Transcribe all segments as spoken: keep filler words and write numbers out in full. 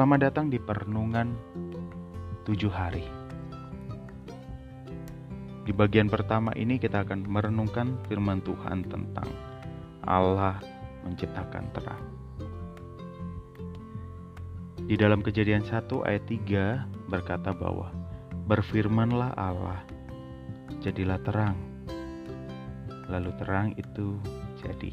Selamat datang di perenungan tujuh hari. Di bagian pertama ini kita akan merenungkan firman Tuhan tentang Allah menciptakan terang. Di dalam Kejadian satu ayat tiga berkata bahwa berfirmanlah Allah, jadilah terang. Lalu terang itu jadi.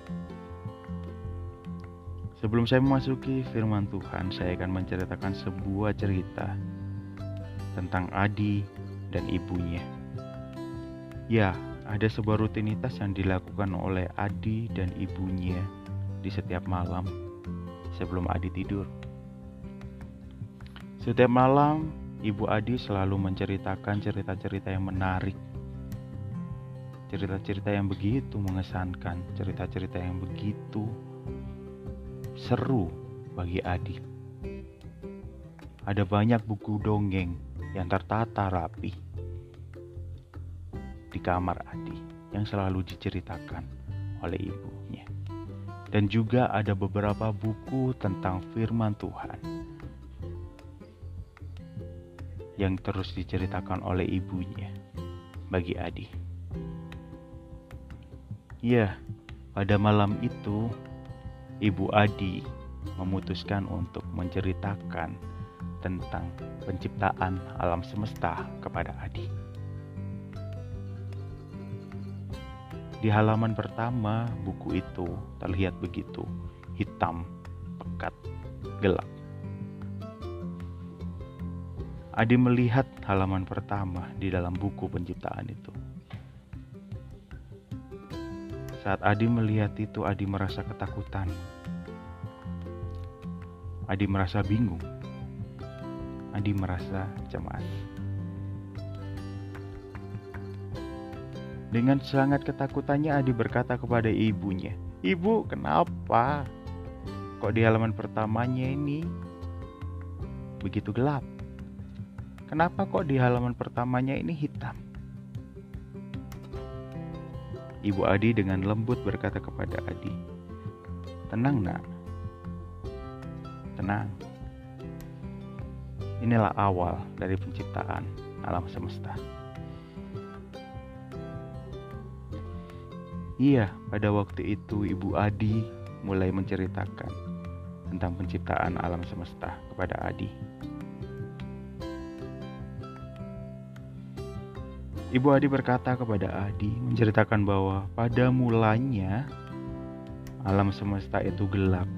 Sebelum saya memasuki firman Tuhan, saya akan menceritakan sebuah cerita tentang Adi dan ibunya. Ya, ada sebuah rutinitas yang dilakukan oleh Adi dan ibunya di setiap malam sebelum Adi tidur. Setiap malam, Ibu Adi selalu menceritakan cerita-cerita yang menarik, cerita-cerita yang begitu mengesankan, cerita-cerita yang begitu seru bagi Adi. Ada banyak buku dongeng yang tertata rapi di kamar Adi yang selalu diceritakan oleh ibunya. Dan juga ada beberapa buku tentang firman Tuhan yang terus diceritakan oleh ibunya bagi Adi. Ya, pada malam itu Ibu Adi memutuskan untuk menceritakan tentang penciptaan alam semesta kepada Adi. Di halaman pertama buku itu terlihat begitu hitam, pekat, gelap. Adi melihat halaman pertama di dalam buku penciptaan itu. Saat Adi melihat itu, Adi merasa ketakutan. Adi merasa bingung. Adi merasa cemas. Dengan sangat ketakutannya, Adi berkata kepada ibunya, "Ibu, kenapa? Kok di halaman pertamanya ini begitu gelap? Kenapa kok di halaman pertamanya ini hitam?" Ibu Adi dengan lembut berkata kepada Adi, "Tenang nak, tenang. Inilah awal dari penciptaan alam semesta." Iya, pada waktu itu Ibu Adi mulai menceritakan tentang penciptaan alam semesta kepada Adi. Ibu Adi berkata kepada Adi, menceritakan bahwa pada mulanya alam semesta itu gelap,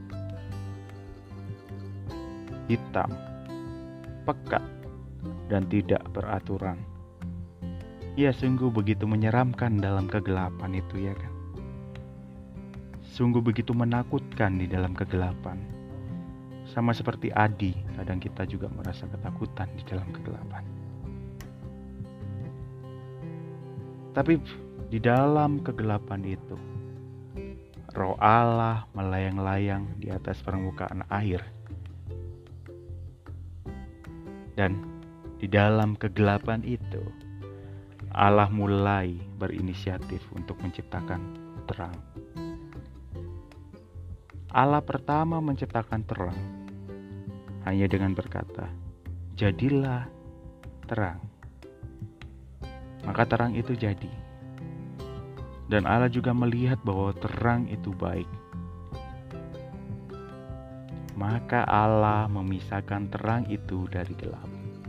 hitam, pekat, dan tidak beraturan. Ya, sungguh begitu menyeramkan dalam kegelapan itu, ya kan? Sungguh begitu menakutkan di dalam kegelapan. Sama seperti Adi, kadang kita juga merasa ketakutan di dalam kegelapan. Tapi di dalam kegelapan itu, Roh Allah melayang-layang di atas permukaan air. Dan di dalam kegelapan itu, Allah mulai berinisiatif untuk menciptakan terang. Allah pertama menciptakan terang hanya dengan berkata, "Jadilah terang." Maka terang itu jadi. Dan Allah juga melihat bahwa terang itu baik. Maka Allah memisahkan terang itu dari gelap.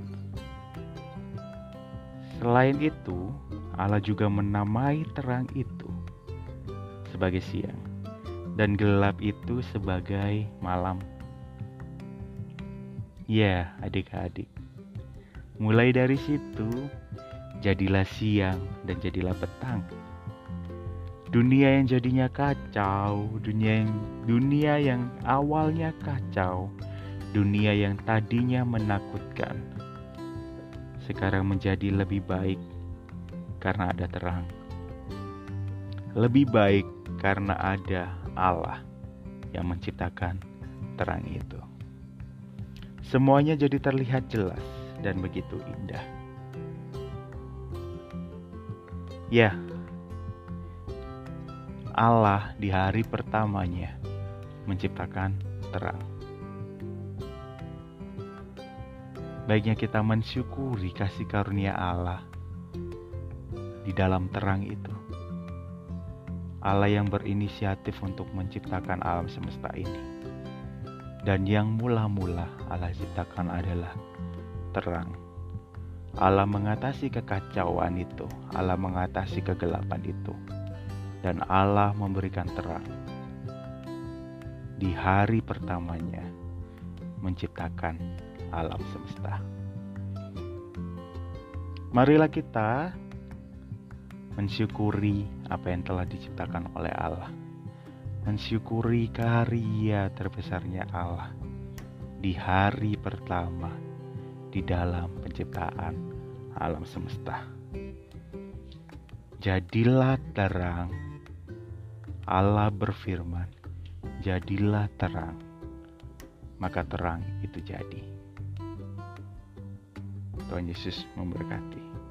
Selain itu, Allah juga menamai terang itu sebagai siang dan gelap itu sebagai malam. Ya, adik-adik. Mulai dari situ, jadilah siang dan jadilah petang. Dunia yang jadinya kacau, dunia yang, dunia yang awalnya kacau, dunia yang tadinya menakutkan, sekarang menjadi lebih baik karena ada terang. Lebih baik karena ada Allah yang menciptakan terang itu. Semuanya jadi terlihat jelas dan begitu indah. Ya, Allah di hari pertamanya menciptakan terang. Baiknya kita mensyukuri kasih karunia Allah di dalam terang itu. Allah yang berinisiatif untuk menciptakan alam semesta ini. Dan yang mula-mula Allah ciptakan adalah terang. Allah mengatasi kekacauan itu, Allah mengatasi kegelapan itu, dan Allah memberikan terang. Di hari pertamanya menciptakan alam semesta. Marilah kita mensyukuri apa yang telah diciptakan oleh Allah. Mensyukuri karya terbesarnya Allah di hari pertama di dalam penciptaan alam semesta. Jadilah terang. Allah berfirman, jadilah terang. Maka terang itu jadi. Tuhan Yesus memberkati.